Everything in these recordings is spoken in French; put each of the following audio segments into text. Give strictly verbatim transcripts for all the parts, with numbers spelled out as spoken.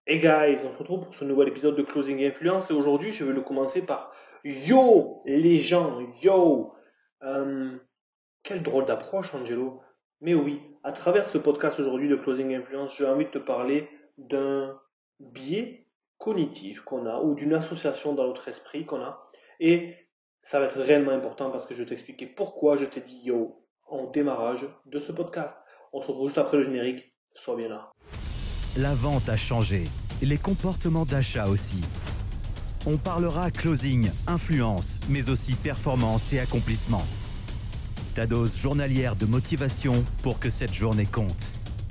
Hey guys, on se retrouve pour ce nouvel épisode de Closing Influence et aujourd'hui je vais le commencer par Yo les gens, yo Euh, Quelle drôle d'approche Angelo. Mais oui, à travers ce podcast aujourd'hui de Closing Influence, j'ai envie de te parler d'un biais cognitif qu'on a ou d'une association dans notre esprit qu'on a et ça va être réellement important parce que je vais t'expliquer pourquoi je t'ai dit yo en démarrage de ce podcast. On se retrouve juste après le générique, sois bien là. La vente a changé, les comportements d'achat aussi. On parlera closing, influence, mais aussi performance et accomplissement. Ta dose journalière de motivation pour que cette journée compte.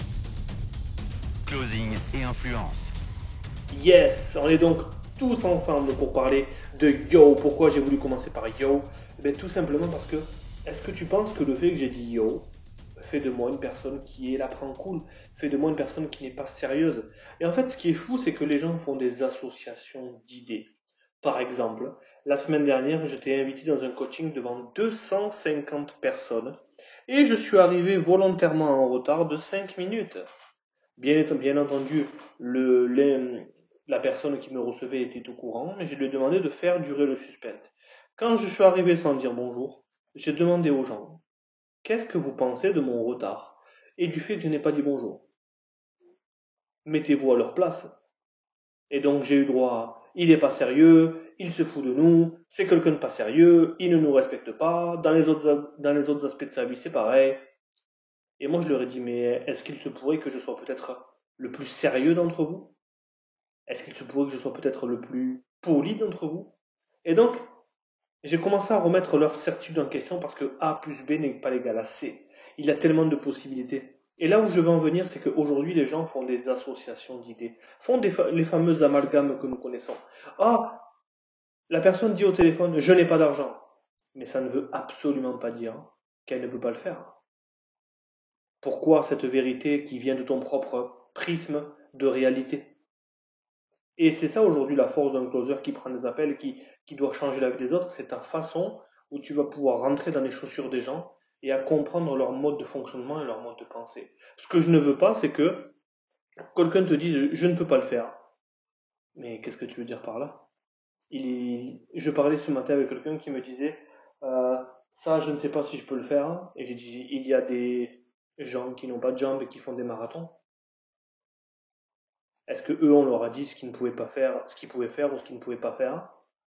Closing et influence. Yes, on est donc tous ensemble pour parler de yo. Pourquoi j'ai voulu commencer par yo? Eh bien, tout simplement parce que, est-ce que tu penses que le fait que j'ai dit yo fait de moi une personne qui est la prend cool, fait de moi une personne qui n'est pas sérieuse? Et en fait, ce qui est fou, c'est que les gens font des associations d'idées. Par exemple, la semaine dernière, j'étais invité dans un coaching devant deux cent cinquante personnes et je suis arrivé volontairement en retard de cinq minutes. Bien, bien entendu, le, le- la personne qui me recevait était au courant, mais je lui ai demandé de faire durer le suspense. Quand je suis arrivé sans dire bonjour, j'ai demandé aux gens, qu'est-ce que vous pensez de mon retard et du fait que je n'ai pas dit bonjour? Mettez-vous à leur place. Et donc j'ai eu droit à, il n'est pas sérieux, il se fout de nous, c'est quelqu'un de pas sérieux, il ne nous respecte pas, dans les autres, dans les autres aspects de sa vie c'est pareil. Et moi je leur ai dit, mais est-ce qu'il se pourrait que je sois peut-être le plus sérieux d'entre vous? Est-ce qu'il se pourrait que je sois peut-être le plus poli d'entre vous? Et donc, j'ai commencé à remettre leur certitude en question parce que A plus B n'est pas égal à C. Il y a tellement de possibilités. Et là où je veux en venir, c'est qu'aujourd'hui, les gens font des associations d'idées, font des fa- les fameuses amalgames que nous connaissons. Ah, la personne dit au téléphone, je n'ai pas d'argent. Mais ça ne veut absolument pas dire qu'elle ne peut pas le faire. Pourquoi cette vérité qui vient de ton propre prisme de réalité? Et c'est ça aujourd'hui la force d'un closer qui prend des appels, qui, qui doit changer la vie des autres, c'est ta façon où tu vas pouvoir rentrer dans les chaussures des gens et à comprendre leur mode de fonctionnement et leur mode de pensée. Ce que je ne veux pas, c'est que quelqu'un te dise je ne peux pas le faire. Mais qu'est-ce que tu veux dire par là? Il, Je parlais ce matin avec quelqu'un qui me disait euh, ça je ne sais pas si je peux le faire. Et j'ai dit il y a des gens qui n'ont pas de jambes et qui font des marathons. Est-ce que eux on leur a dit ce qu'ils ne pouvaient pas faire, ce qu'ils pouvaient faire ou ce qu'ils ne pouvaient pas faire?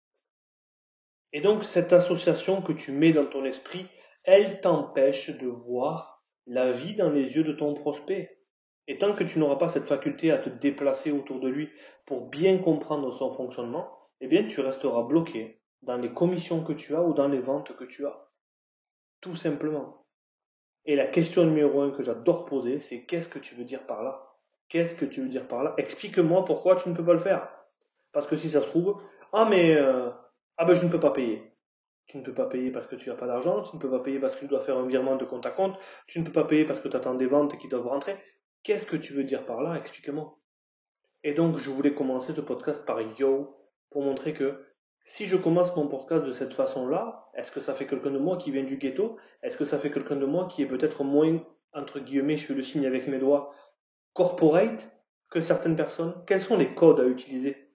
Et donc, cette association que tu mets dans ton esprit, elle t'empêche de voir la vie dans les yeux de ton prospect. Et tant que tu n'auras pas cette faculté à te déplacer autour de lui pour bien comprendre son fonctionnement, eh bien, tu resteras bloqué dans les commissions que tu as ou dans les ventes que tu as. Tout simplement. Et la question numéro un que j'adore poser, c'est qu'est-ce que tu veux dire par là? Qu'est-ce que tu veux dire par là? Explique-moi pourquoi tu ne peux pas le faire. Parce que si ça se trouve, ah mais, euh, ah ben je ne peux pas payer. Tu ne peux pas payer parce que tu n'as pas d'argent, tu ne peux pas payer parce que tu dois faire un virement de compte à compte, tu ne peux pas payer parce que tu attends des ventes qui doivent rentrer. Qu'est-ce que tu veux dire par là? Explique-moi. Et donc, je voulais commencer ce podcast par yo, pour montrer que si je commence mon podcast de cette façon-là, est-ce que ça fait quelqu'un de moi qui vient du ghetto? Est-ce que ça fait quelqu'un de moi qui est peut-être moins, entre guillemets, je fais le signe avec mes doigts, corporate que certaines personnes? Quels sont les codes à utiliser?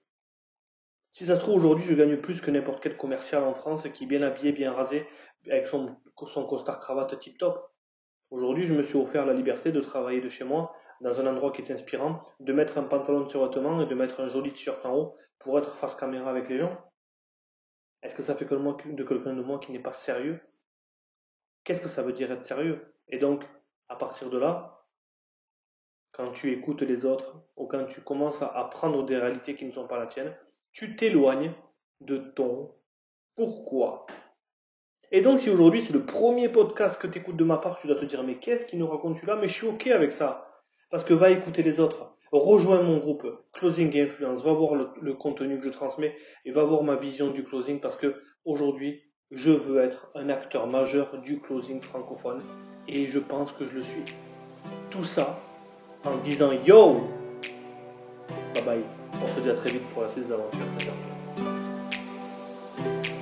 Si ça se trouve, aujourd'hui, je gagne plus que n'importe quel commercial en France qui est bien habillé, bien rasé, avec son, son costard cravate tip top. Aujourd'hui, je me suis offert la liberté de travailler de chez moi, dans un endroit qui est inspirant, de mettre un pantalon de survêtement et de mettre un joli t-shirt en haut pour être face caméra avec les gens. Est-ce que ça fait de quelqu'un de moi qui n'est pas sérieux? Qu'est-ce que ça veut dire être sérieux? Et donc, à partir de là, quand tu écoutes les autres ou quand tu commences à apprendre des réalités qui ne sont pas la tienne, tu t'éloignes de ton pourquoi. Et donc, si aujourd'hui c'est le premier podcast que tu écoutes de ma part, tu dois te dire, mais qu'est-ce qu'il nous raconte celui-là? Mais je suis OK avec ça. Parce que va écouter les autres. Rejoins mon groupe Closing Influence. Va voir le, le contenu que je transmets et va voir ma vision du closing parce que aujourd'hui, je veux être un acteur majeur du closing francophone et je pense que je le suis. Tout ça en disant yo, bye bye. On se dit à très vite pour la suite des aventures. Salut.